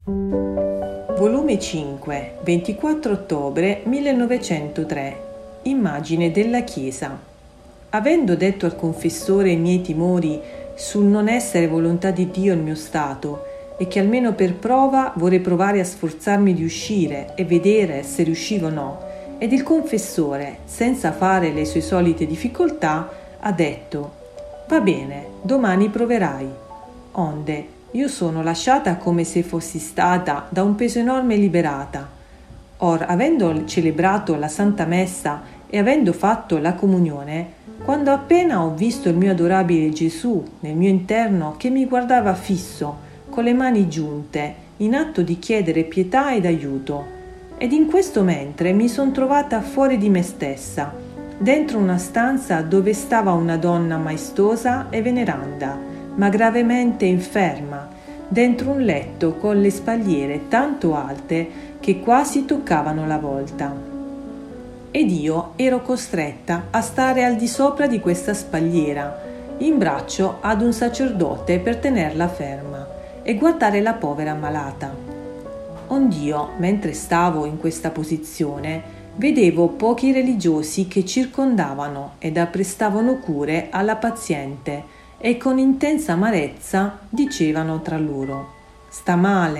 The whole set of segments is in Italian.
Volume 5, 24 ottobre 1903. Immagine della Chiesa. Avendo detto al confessore i miei timori sul non essere volontà di Dio il mio stato e che almeno per prova vorrei provare a sforzarmi di uscire e vedere se riuscivo o no, ed il confessore, senza fare le sue solite difficoltà, ha detto: «Va bene, domani proverai». Onde io sono lasciata come se fossi stata da un peso enorme liberata. Or, avendo celebrato la Santa Messa e avendo fatto la comunione, quando appena ho visto il mio adorabile Gesù nel mio interno che mi guardava fisso, con le mani giunte, in atto di chiedere pietà ed aiuto, ed in questo mentre mi son trovata fuori di me stessa, dentro una stanza dove stava una donna maestosa e veneranda, ma gravemente inferma, dentro un letto con le spalliere tanto alte che quasi toccavano la volta. Ed io ero costretta a stare al di sopra di questa spalliera, in braccio ad un sacerdote per tenerla ferma e guardare la povera ammalata. Ond'io, mentre stavo in questa posizione, vedevo pochi religiosi che circondavano ed apprestavano cure alla paziente e con intensa amarezza dicevano tra loro: sta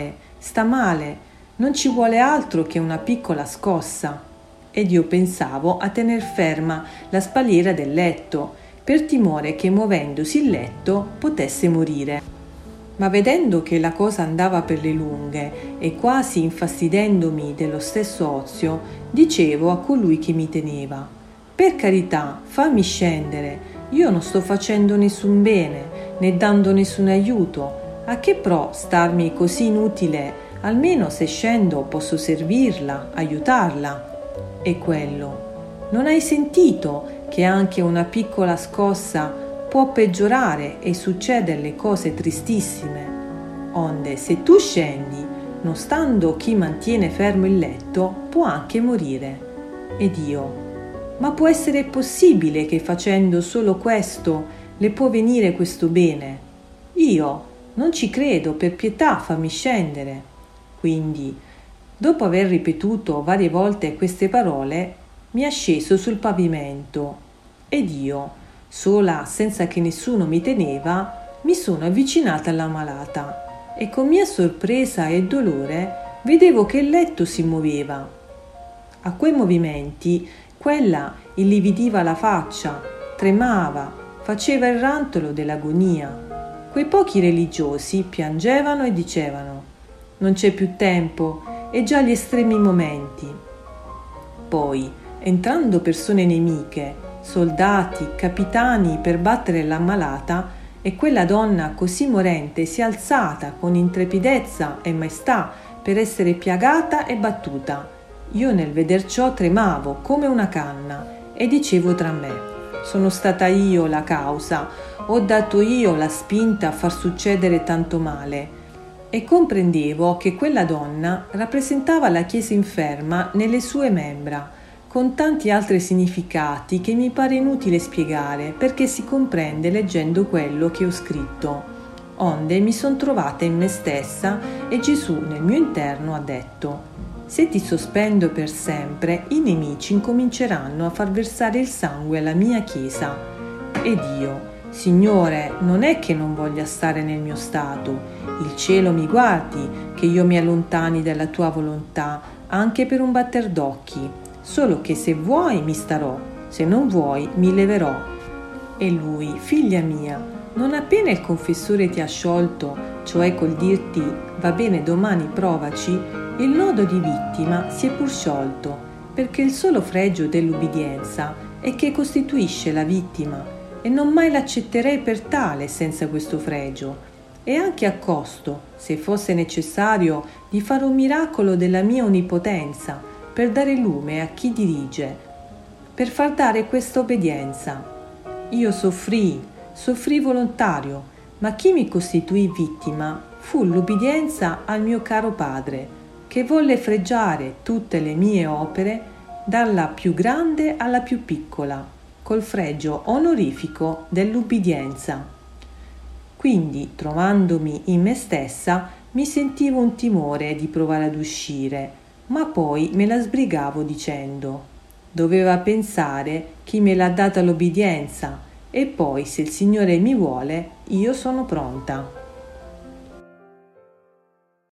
male, non ci vuole altro che una piccola scossa». Ed io pensavo a tener ferma la spalliera del letto, per timore che muovendosi il letto potesse morire. Ma vedendo che la cosa andava per le lunghe e quasi infastidendomi dello stesso ozio, dicevo a colui che mi teneva: «Per carità, fammi scendere, io non sto facendo nessun bene, né dando nessun aiuto, a che pro starmi così inutile? Almeno se scendo posso servirla, aiutarla». E quello: «Non hai sentito che anche una piccola scossa può peggiorare e succederle cose tristissime? Onde se tu scendi, non stando chi mantiene fermo il letto, può anche morire». Ed io: «Ma può essere possibile che facendo solo questo le può venire questo bene? Io non ci credo, per pietà fammi scendere». Quindi, dopo aver ripetuto varie volte queste parole, mi ha sceso sul pavimento ed io, sola, senza che nessuno mi teneva, mi sono avvicinata alla malata e con mia sorpresa e dolore vedevo che il letto si muoveva. A quei movimenti quella illividiva la faccia, tremava, faceva il rantolo dell'agonia. Quei pochi religiosi piangevano e dicevano: «Non c'è più tempo, e già gli estremi momenti». Poi, entrando persone nemiche, soldati, capitani per battere l'ammalata, e quella donna così morente si è alzata con intrepidezza e maestà per essere piagata e battuta, io nel veder ciò tremavo come una canna e dicevo tra me: «Sono stata io la causa, ho dato io la spinta a far succedere tanto male». E comprendevo che quella donna rappresentava la Chiesa inferma nelle sue membra, con tanti altri significati che mi pare inutile spiegare, perché si comprende leggendo quello che ho scritto. Onde mi son trovata in me stessa e Gesù nel mio interno ha detto: «Se ti sospendo per sempre, i nemici incominceranno a far versare il sangue alla mia Chiesa». Ed io: «Signore, non è che non voglia stare nel mio stato. Il cielo mi guardi che io mi allontani dalla tua volontà anche per un batter d'occhi. Solo che se vuoi mi starò, se non vuoi mi leverò». E lui: «Figlia mia, non appena il confessore ti ha sciolto, cioè col dirti va bene domani provaci, il nodo di vittima si è pur sciolto, perché il solo fregio dell'ubbidienza è che costituisce la vittima, e non mai l'accetterei per tale senza questo fregio, e anche a costo, se fosse necessario, di fare un miracolo della mia onnipotenza per dare lume a chi dirige, per far dare questa obbedienza. Io soffrii volontario, ma chi mi costituì vittima fu l'ubbidienza al mio caro padre, che volle fregiare tutte le mie opere dalla più grande alla più piccola, col fregio onorifico dell'ubbidienza. Quindi, trovandomi in me stessa, mi sentivo un timore di provare ad uscire, ma poi me la sbrigavo dicendo: doveva pensare chi me l'ha data l'obbedienza, e poi se il Signore mi vuole, io sono pronta.